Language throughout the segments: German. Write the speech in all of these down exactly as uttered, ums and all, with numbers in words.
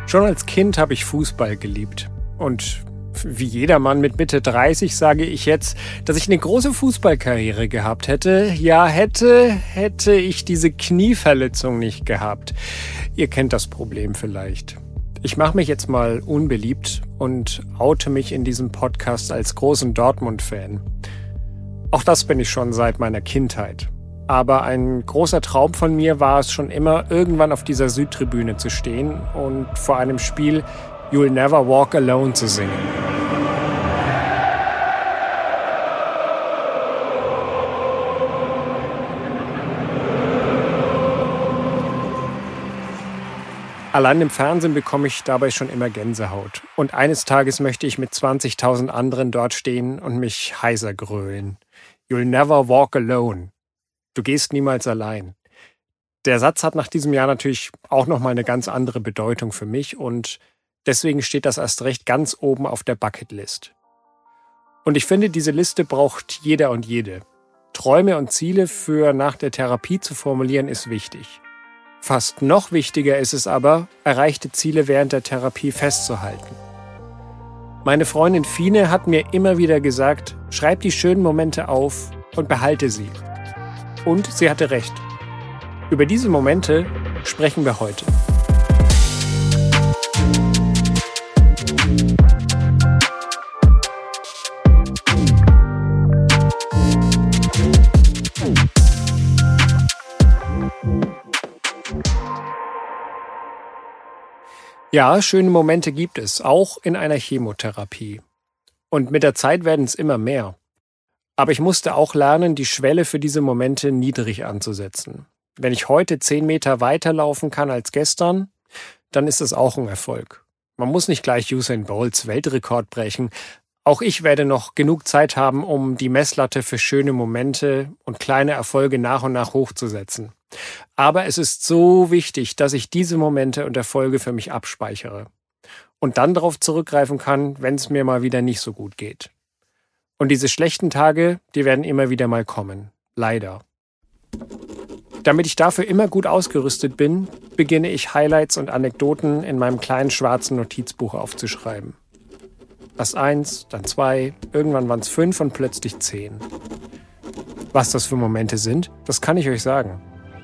Schon als Kind habe ich Fußball geliebt. Und wie jeder Mann mit Mitte dreißig sage ich jetzt, dass ich eine große Fußballkarriere gehabt hätte. Ja, hätte, hätte ich diese Knieverletzung nicht gehabt. Ihr kennt das Problem vielleicht. Ich mache mich jetzt mal unbeliebt und oute mich in diesem Podcast als großen Dortmund-Fan. Auch das bin ich schon seit meiner Kindheit. Aber ein großer Traum von mir war es schon immer, irgendwann auf dieser Südtribüne zu stehen und vor einem Spiel You'll Never Walk Alone zu singen. Allein im Fernsehen bekomme ich dabei schon immer Gänsehaut. Und eines Tages möchte ich mit zwanzigtausend anderen dort stehen und mich heiser grölen. You'll never walk alone. Du gehst niemals allein. Der Satz hat nach diesem Jahr natürlich auch nochmal eine ganz andere Bedeutung für mich und deswegen steht das erst recht ganz oben auf der Bucketlist. Und ich finde, diese Liste braucht jeder und jede. Träume und Ziele für nach der Therapie zu formulieren ist wichtig. Fast noch wichtiger ist es aber, erreichte Ziele während der Therapie festzuhalten. Meine Freundin Fine hat mir immer wieder gesagt, schreib die schönen Momente auf und behalte sie. Und sie hatte recht. Über diese Momente sprechen wir heute. Ja, schöne Momente gibt es, auch in einer Chemotherapie. Und mit der Zeit werden es immer mehr. Aber ich musste auch lernen, die Schwelle für diese Momente niedrig anzusetzen. Wenn ich heute zehn Meter weiterlaufen kann als gestern, dann ist es auch ein Erfolg. Man muss nicht gleich Usain Bolts Weltrekord brechen. Auch ich werde noch genug Zeit haben, um die Messlatte für schöne Momente und kleine Erfolge nach und nach hochzusetzen. Aber es ist so wichtig, dass ich diese Momente und Erfolge für mich abspeichere und dann darauf zurückgreifen kann, wenn es mir mal wieder nicht so gut geht. Und diese schlechten Tage, die werden immer wieder mal kommen. Leider. Damit ich dafür immer gut ausgerüstet bin, beginne ich Highlights und Anekdoten in meinem kleinen schwarzen Notizbuch aufzuschreiben. Erst eins, dann zwei, irgendwann waren es fünf und plötzlich zehn. Was das für Momente sind, das kann ich euch sagen.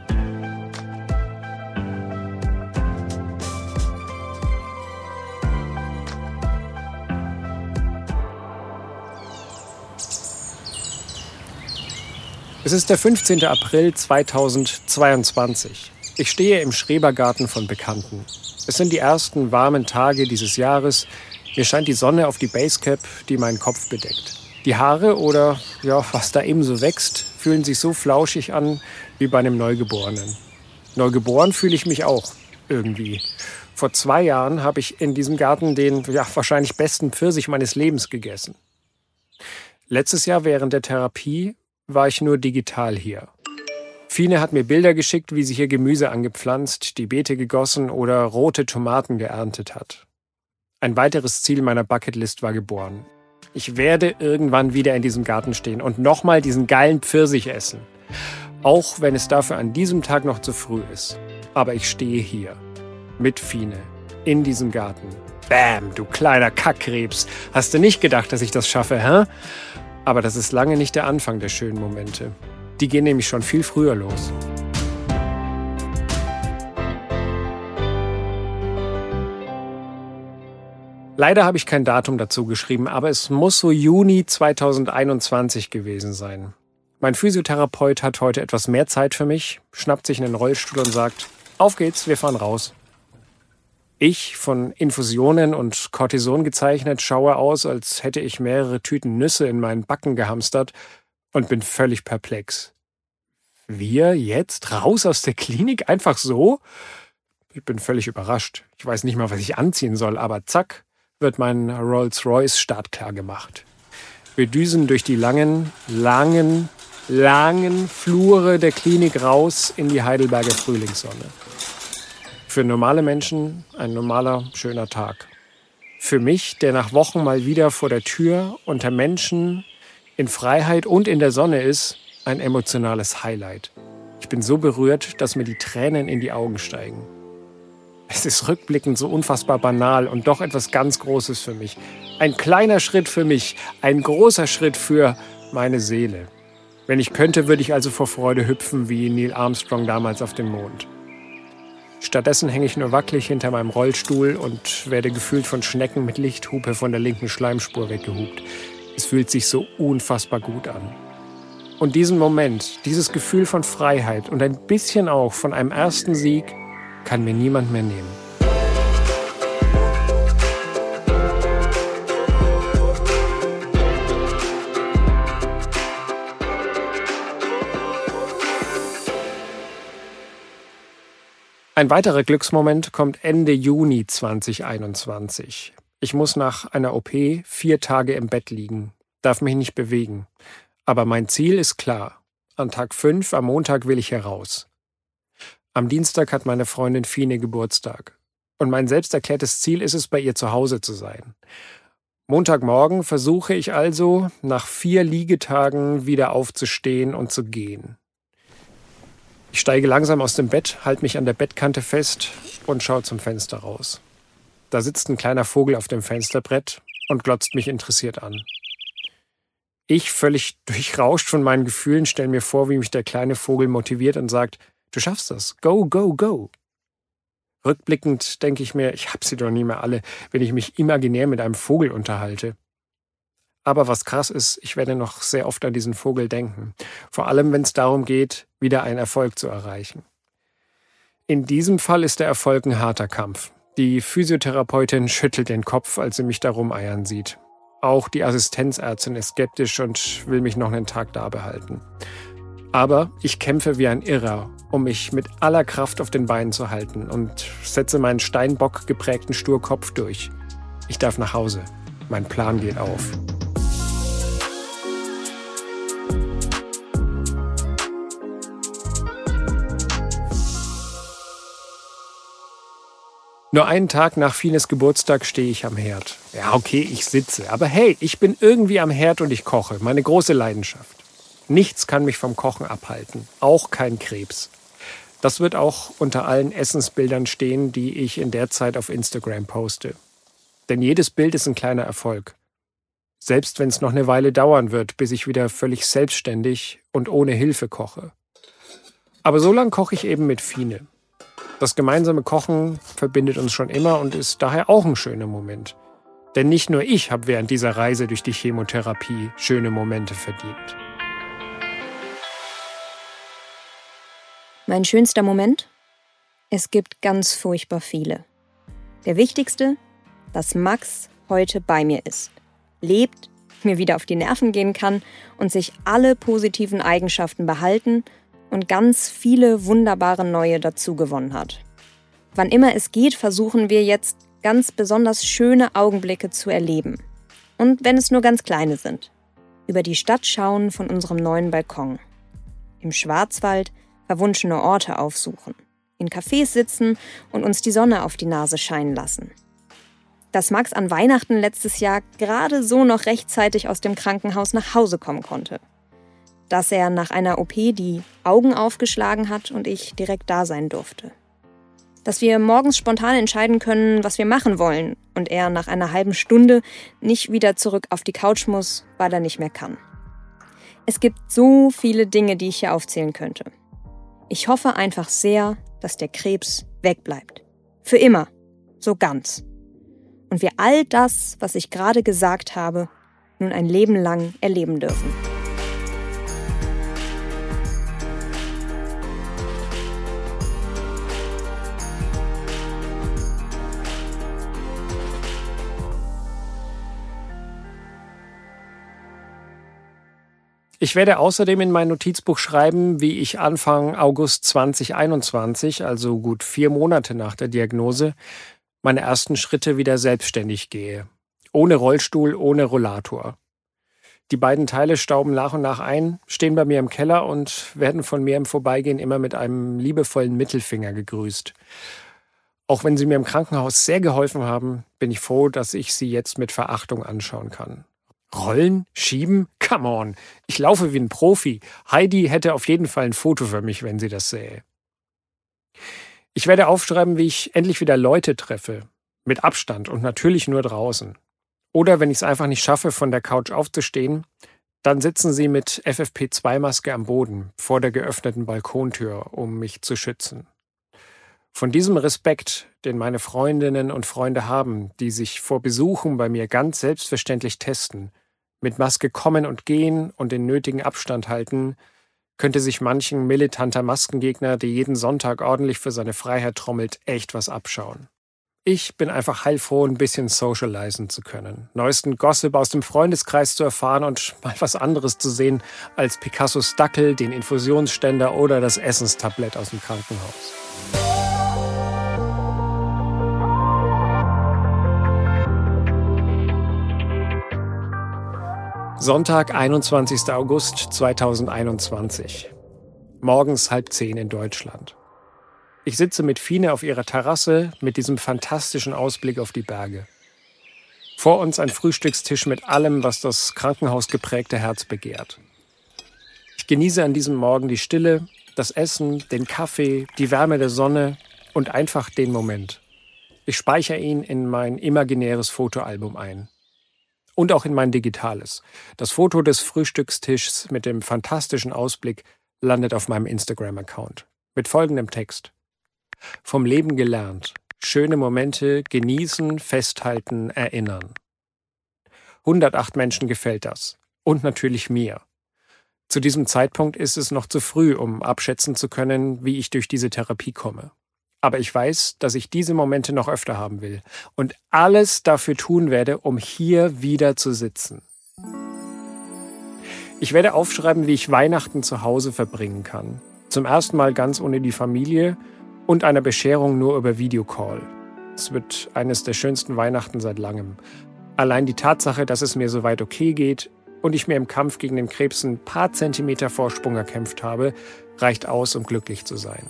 Es ist der fünfzehnten April zweitausendzweiundzwanzig. Ich stehe im Schrebergarten von Bekannten. Es sind die ersten warmen Tage dieses Jahres. Mir scheint die Sonne auf die Basecap, die meinen Kopf bedeckt. Die Haare oder ja, was da eben so wächst, fühlen sich so flauschig an wie bei einem Neugeborenen. Neugeboren fühle ich mich auch irgendwie. Vor zwei Jahren habe ich in diesem Garten den ja, wahrscheinlich besten Pfirsich meines Lebens gegessen. Letztes Jahr während der Therapie war ich nur digital hier. Fine hat mir Bilder geschickt, wie sie hier Gemüse angepflanzt, die Beete gegossen oder rote Tomaten geerntet hat. Ein weiteres Ziel meiner Bucketlist war geboren. Ich werde irgendwann wieder in diesem Garten stehen und nochmal diesen geilen Pfirsich essen. Auch wenn es dafür an diesem Tag noch zu früh ist. Aber ich stehe hier. Mit Fine. In diesem Garten. Bam, du kleiner Kackkrebs. Hast du nicht gedacht, dass ich das schaffe, hä? Aber das ist lange nicht der Anfang der schönen Momente. Die gehen nämlich schon viel früher los. Leider habe ich kein Datum dazu geschrieben, aber es muss so Juni zweitausendeinundzwanzig gewesen sein. Mein Physiotherapeut hat heute etwas mehr Zeit für mich, schnappt sich einen Rollstuhl und sagt, auf geht's, wir fahren raus. Ich, von Infusionen und Cortison gezeichnet, schaue aus, als hätte ich mehrere Tüten Nüsse in meinen Backen gehamstert und bin völlig perplex. Wir jetzt raus aus der Klinik? Einfach so? Ich bin völlig überrascht. Ich weiß nicht mal, was ich anziehen soll, aber zack, wird mein Rolls-Royce startklar gemacht. Wir düsen durch die langen, langen, langen Flure der Klinik raus in die Heidelberger Frühlingssonne. Für normale Menschen ein normaler, schöner Tag. Für mich, der nach Wochen mal wieder vor der Tür unter Menschen in Freiheit und in der Sonne ist, ein emotionales Highlight. Ich bin so berührt, dass mir die Tränen in die Augen steigen. Es ist rückblickend so unfassbar banal und doch etwas ganz Großes für mich. Ein kleiner Schritt für mich, ein großer Schritt für meine Seele. Wenn ich könnte, würde ich also vor Freude hüpfen wie Neil Armstrong damals auf dem Mond. Stattdessen hänge ich nur wackelig hinter meinem Rollstuhl und werde gefühlt von Schnecken mit Lichthupe von der linken Schleimspur weggehupt. Es fühlt sich so unfassbar gut an. Und diesen Moment, dieses Gefühl von Freiheit und ein bisschen auch von einem ersten Sieg, kann mir niemand mehr nehmen. Ein weiterer Glücksmoment kommt Ende Juni zweitausendeinundzwanzig. Ich muss nach einer O P vier Tage im Bett liegen, darf mich nicht bewegen. Aber mein Ziel ist klar. An Tag fünf, am Montag, will ich heraus. Am Dienstag hat meine Freundin Fine Geburtstag. Und mein selbst erklärtes Ziel ist es, bei ihr zu Hause zu sein. Montagmorgen versuche ich also, nach vier Liegetagen wieder aufzustehen und zu gehen. Ich steige langsam aus dem Bett, halte mich an der Bettkante fest und schaue zum Fenster raus. Da sitzt ein kleiner Vogel auf dem Fensterbrett und glotzt mich interessiert an. Ich, völlig durchrauscht von meinen Gefühlen, stelle mir vor, wie mich der kleine Vogel motiviert und sagt, du schaffst das, go, go, go. Rückblickend denke ich mir, ich hab sie doch nie mehr alle, wenn ich mich imaginär mit einem Vogel unterhalte. Aber was krass ist, ich werde noch sehr oft an diesen Vogel denken. Vor allem, wenn es darum geht, wieder einen Erfolg zu erreichen. In diesem Fall ist der Erfolg ein harter Kampf. Die Physiotherapeutin schüttelt den Kopf, als sie mich da rumeiern sieht. Auch die Assistenzärztin ist skeptisch und will mich noch einen Tag da behalten. Aber ich kämpfe wie ein Irrer, um mich mit aller Kraft auf den Beinen zu halten und setze meinen Steinbock geprägten Sturkopf durch. Ich darf nach Hause. Mein Plan geht auf. Nur einen Tag nach Fines Geburtstag stehe ich am Herd. Ja, okay, ich sitze. Aber hey, ich bin irgendwie am Herd und ich koche. Meine große Leidenschaft. Nichts kann mich vom Kochen abhalten. Auch kein Krebs. Das wird auch unter allen Essensbildern stehen, die ich in der Zeit auf Instagram poste. Denn jedes Bild ist ein kleiner Erfolg. Selbst wenn es noch eine Weile dauern wird, bis ich wieder völlig selbstständig und ohne Hilfe koche. Aber so lang koche ich eben mit Fine. Das gemeinsame Kochen verbindet uns schon immer und ist daher auch ein schöner Moment. Denn nicht nur ich habe während dieser Reise durch die Chemotherapie schöne Momente verdient. Mein schönster Moment? Es gibt ganz furchtbar viele. Der wichtigste, dass Max heute bei mir ist, lebt, mir wieder auf die Nerven gehen kann und sich alle positiven Eigenschaften behalten und ganz viele wunderbare neue dazugewonnen hat. Wann immer es geht, versuchen wir jetzt ganz besonders schöne Augenblicke zu erleben. Und wenn es nur ganz kleine sind. Über die Stadt schauen von unserem neuen Balkon. Im Schwarzwald verwunschene Orte aufsuchen. In Cafés sitzen und uns die Sonne auf die Nase scheinen lassen. Dass Max an Weihnachten letztes Jahr gerade so noch rechtzeitig aus dem Krankenhaus nach Hause kommen konnte. Dass er nach einer O P die Augen aufgeschlagen hat und ich direkt da sein durfte. Dass wir morgens spontan entscheiden können, was wir machen wollen und er nach einer halben Stunde nicht wieder zurück auf die Couch muss, weil er nicht mehr kann. Es gibt so viele Dinge, die ich hier aufzählen könnte. Ich hoffe einfach sehr, dass der Krebs wegbleibt. Für immer. So ganz. Und wir all das, was ich gerade gesagt habe, nun ein Leben lang erleben dürfen. Ich werde außerdem in mein Notizbuch schreiben, wie ich Anfang August zweitausendeinundzwanzig, also gut vier Monate nach der Diagnose, meine ersten Schritte wieder selbstständig gehe. Ohne Rollstuhl, ohne Rollator. Die beiden Teile stauben nach und nach ein, stehen bei mir im Keller und werden von mir im Vorbeigehen immer mit einem liebevollen Mittelfinger gegrüßt. Auch wenn sie mir im Krankenhaus sehr geholfen haben, bin ich froh, dass ich sie jetzt mit Verachtung anschauen kann. Rollen? Schieben? Come on. Ich laufe wie ein Profi. Heidi hätte auf jeden Fall ein Foto für mich, wenn sie das sähe. Ich werde aufschreiben, wie ich endlich wieder Leute treffe. Mit Abstand und natürlich nur draußen. Oder wenn ich es einfach nicht schaffe, von der Couch aufzustehen, dann sitzen sie mit F F P zwei Maske am Boden vor der geöffneten Balkontür, um mich zu schützen. Von diesem Respekt, den meine Freundinnen und Freunde haben, die sich vor Besuchen bei mir ganz selbstverständlich testen, mit Maske kommen und gehen und den nötigen Abstand halten, könnte sich manchen militanter Maskengegner, der jeden Sonntag ordentlich für seine Freiheit trommelt, echt was abschauen. Ich bin einfach heilfroh, ein bisschen socialisen zu können, neuesten Gossip aus dem Freundeskreis zu erfahren und mal was anderes zu sehen als Picassos Dackel, den Infusionsständer oder das Essenstablett aus dem Krankenhaus. Sonntag, einundzwanzigster August zweitausendeinundzwanzig. Morgens halb zehn in Deutschland. Ich sitze mit Fine auf ihrer Terrasse mit diesem fantastischen Ausblick auf die Berge. Vor uns ein Frühstückstisch mit allem, was das krankenhausgeprägte Herz begehrt. Ich genieße an diesem Morgen die Stille, das Essen, den Kaffee, die Wärme der Sonne und einfach den Moment. Ich speichere ihn in mein imaginäres Fotoalbum ein. Und auch in mein digitales. Das Foto des Frühstückstischs mit dem fantastischen Ausblick landet auf meinem Instagram-Account. Mit folgendem Text. Vom Leben gelernt. Schöne Momente genießen, festhalten, erinnern. hundertacht Menschen gefällt das. Und natürlich mir. Zu diesem Zeitpunkt ist es noch zu früh, um abschätzen zu können, wie ich durch diese Therapie komme. Aber ich weiß, dass ich diese Momente noch öfter haben will und alles dafür tun werde, um hier wieder zu sitzen. Ich werde aufschreiben, wie ich Weihnachten zu Hause verbringen kann. Zum ersten Mal ganz ohne die Familie und einer Bescherung nur über Videocall. Es wird eines der schönsten Weihnachten seit langem. Allein die Tatsache, dass es mir soweit okay geht und ich mir im Kampf gegen den Krebs ein paar Zentimeter Vorsprung erkämpft habe, reicht aus, um glücklich zu sein.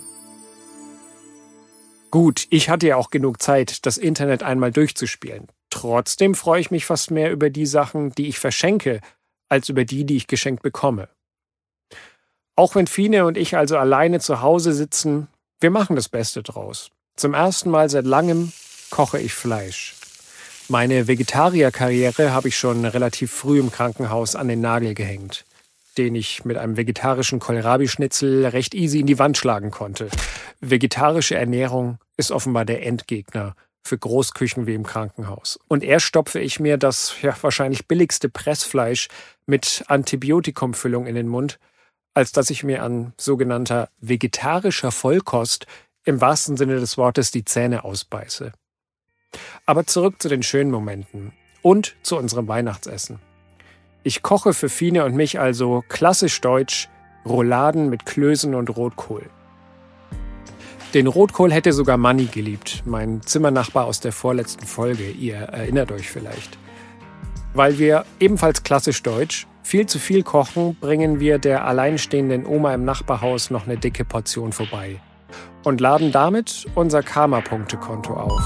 Gut, ich hatte ja auch genug Zeit, das Internet einmal durchzuspielen. Trotzdem freue ich mich fast mehr über die Sachen, die ich verschenke, als über die, die ich geschenkt bekomme. Auch wenn Fine und ich also alleine zu Hause sitzen, wir machen das Beste draus. Zum ersten Mal seit langem koche ich Fleisch. Meine Vegetarierkarriere habe ich schon relativ früh im Krankenhaus an den Nagel gehängt, den ich mit einem vegetarischen Kohlrabi-Schnitzel recht easy in die Wand schlagen konnte. Vegetarische Ernährung ist offenbar der Endgegner für Großküchen wie im Krankenhaus. Und erst stopfe ich mir das ja wahrscheinlich billigste Pressfleisch mit Antibiotikumfüllung in den Mund, als dass ich mir an sogenannter vegetarischer Vollkost im wahrsten Sinne des Wortes die Zähne ausbeiße. Aber zurück zu den schönen Momenten und zu unserem Weihnachtsessen. Ich koche für Fine und mich also klassisch deutsch Rouladen mit Klößen und Rotkohl. Den Rotkohl hätte sogar Manni geliebt, mein Zimmernachbar aus der vorletzten Folge, ihr erinnert euch vielleicht. Weil wir ebenfalls klassisch deutsch viel zu viel kochen, bringen wir der alleinstehenden Oma im Nachbarhaus noch eine dicke Portion vorbei und laden damit unser Karma-Punktekonto auf.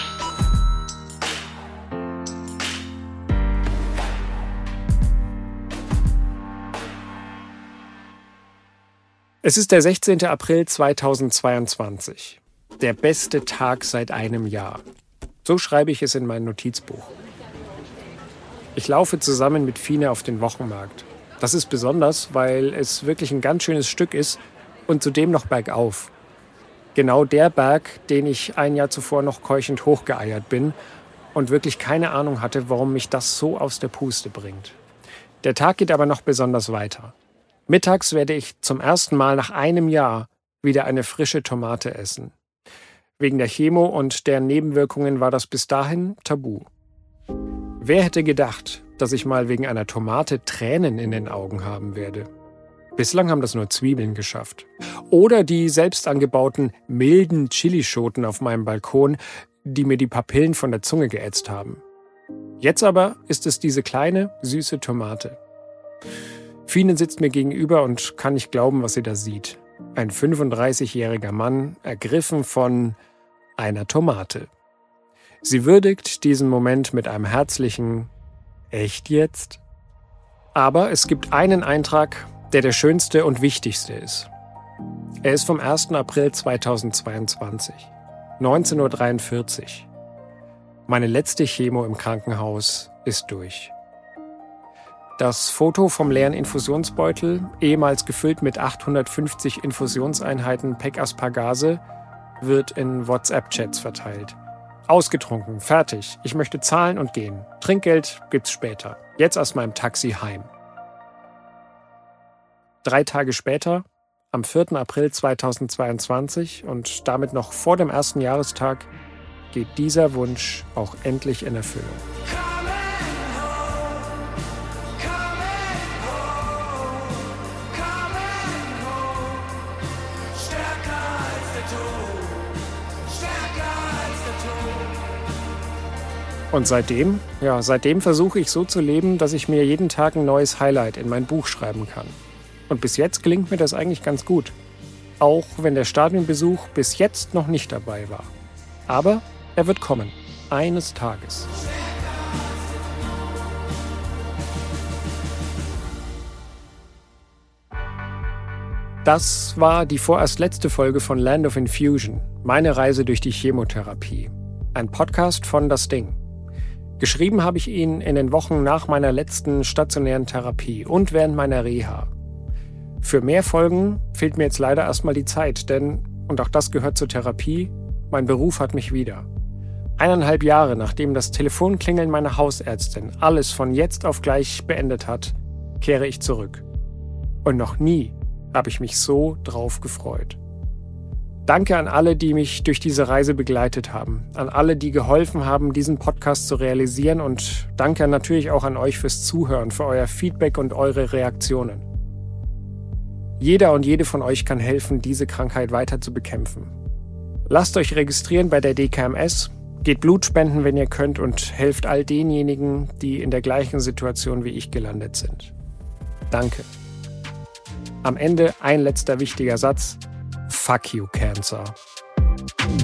Es ist der sechzehnter April zweitausendzweiundzwanzig. Der beste Tag seit einem Jahr. So schreibe ich es in mein Notizbuch. Ich laufe zusammen mit Fine auf den Wochenmarkt. Das ist besonders, weil es wirklich ein ganz schönes Stück ist und zudem noch bergauf. Genau der Berg, den ich ein Jahr zuvor noch keuchend hochgeeiert bin und wirklich keine Ahnung hatte, warum mich das so aus der Puste bringt. Der Tag geht aber noch besonders weiter. Mittags werde ich zum ersten Mal nach einem Jahr wieder eine frische Tomate essen. Wegen der Chemo und deren Nebenwirkungen war das bis dahin tabu. Wer hätte gedacht, dass ich mal wegen einer Tomate Tränen in den Augen haben werde? Bislang haben das nur Zwiebeln geschafft. Oder die selbst angebauten milden Chilischoten auf meinem Balkon, die mir die Papillen von der Zunge geätzt haben. Jetzt aber ist es diese kleine, süße Tomate. Fine sitzt mir gegenüber und kann nicht glauben, was sie da sieht. Ein fünfunddreißigjähriger Mann, ergriffen von einer Tomate. Sie würdigt diesen Moment mit einem herzlichen »Echt jetzt?« Aber es gibt einen Eintrag, der der schönste und wichtigste ist. Er ist vom ersten April zweitausendzweiundzwanzig. neunzehn Uhr dreiundvierzig. Meine letzte Chemo im Krankenhaus ist durch. Das Foto vom leeren Infusionsbeutel, ehemals gefüllt mit achthundertfünfzig Infusionseinheiten Peg-Aspargase, wird in WhatsApp-Chats verteilt. Ausgetrunken, fertig, ich möchte zahlen und gehen. Trinkgeld gibt's später. Jetzt aus meinem Taxi heim. Drei Tage später, am vierten April zweitausendzweiundzwanzig und damit noch vor dem ersten Jahrestag, geht dieser Wunsch auch endlich in Erfüllung. Und seitdem, ja, seitdem versuche ich so zu leben, dass ich mir jeden Tag ein neues Highlight in mein Buch schreiben kann. Und bis jetzt gelingt mir das eigentlich ganz gut. Auch wenn der Stadionbesuch bis jetzt noch nicht dabei war. Aber er wird kommen. Eines Tages. Das war die vorerst letzte Folge von Land of Infusion, meine Reise durch die Chemotherapie. Ein Podcast von Das Ding. Geschrieben habe ich ihn in den Wochen nach meiner letzten stationären Therapie und während meiner Reha. Für mehr Folgen fehlt mir jetzt leider erstmal die Zeit, denn, und auch das gehört zur Therapie, mein Beruf hat mich wieder. Eineinhalb Jahre nachdem das Telefonklingeln meiner Hausärztin alles von jetzt auf gleich beendet hat, kehre ich zurück. Und noch nie habe ich mich so drauf gefreut. Danke an alle, die mich durch diese Reise begleitet haben, an alle, die geholfen haben, diesen Podcast zu realisieren und danke natürlich auch an euch fürs Zuhören, für euer Feedback und eure Reaktionen. Jeder und jede von euch kann helfen, diese Krankheit weiter zu bekämpfen. Lasst euch registrieren bei der D K M S, geht Blut spenden, wenn ihr könnt und helft all denjenigen, die in der gleichen Situation wie ich gelandet sind. Danke. Am Ende ein letzter wichtiger Satz. Fuck you, Cancer.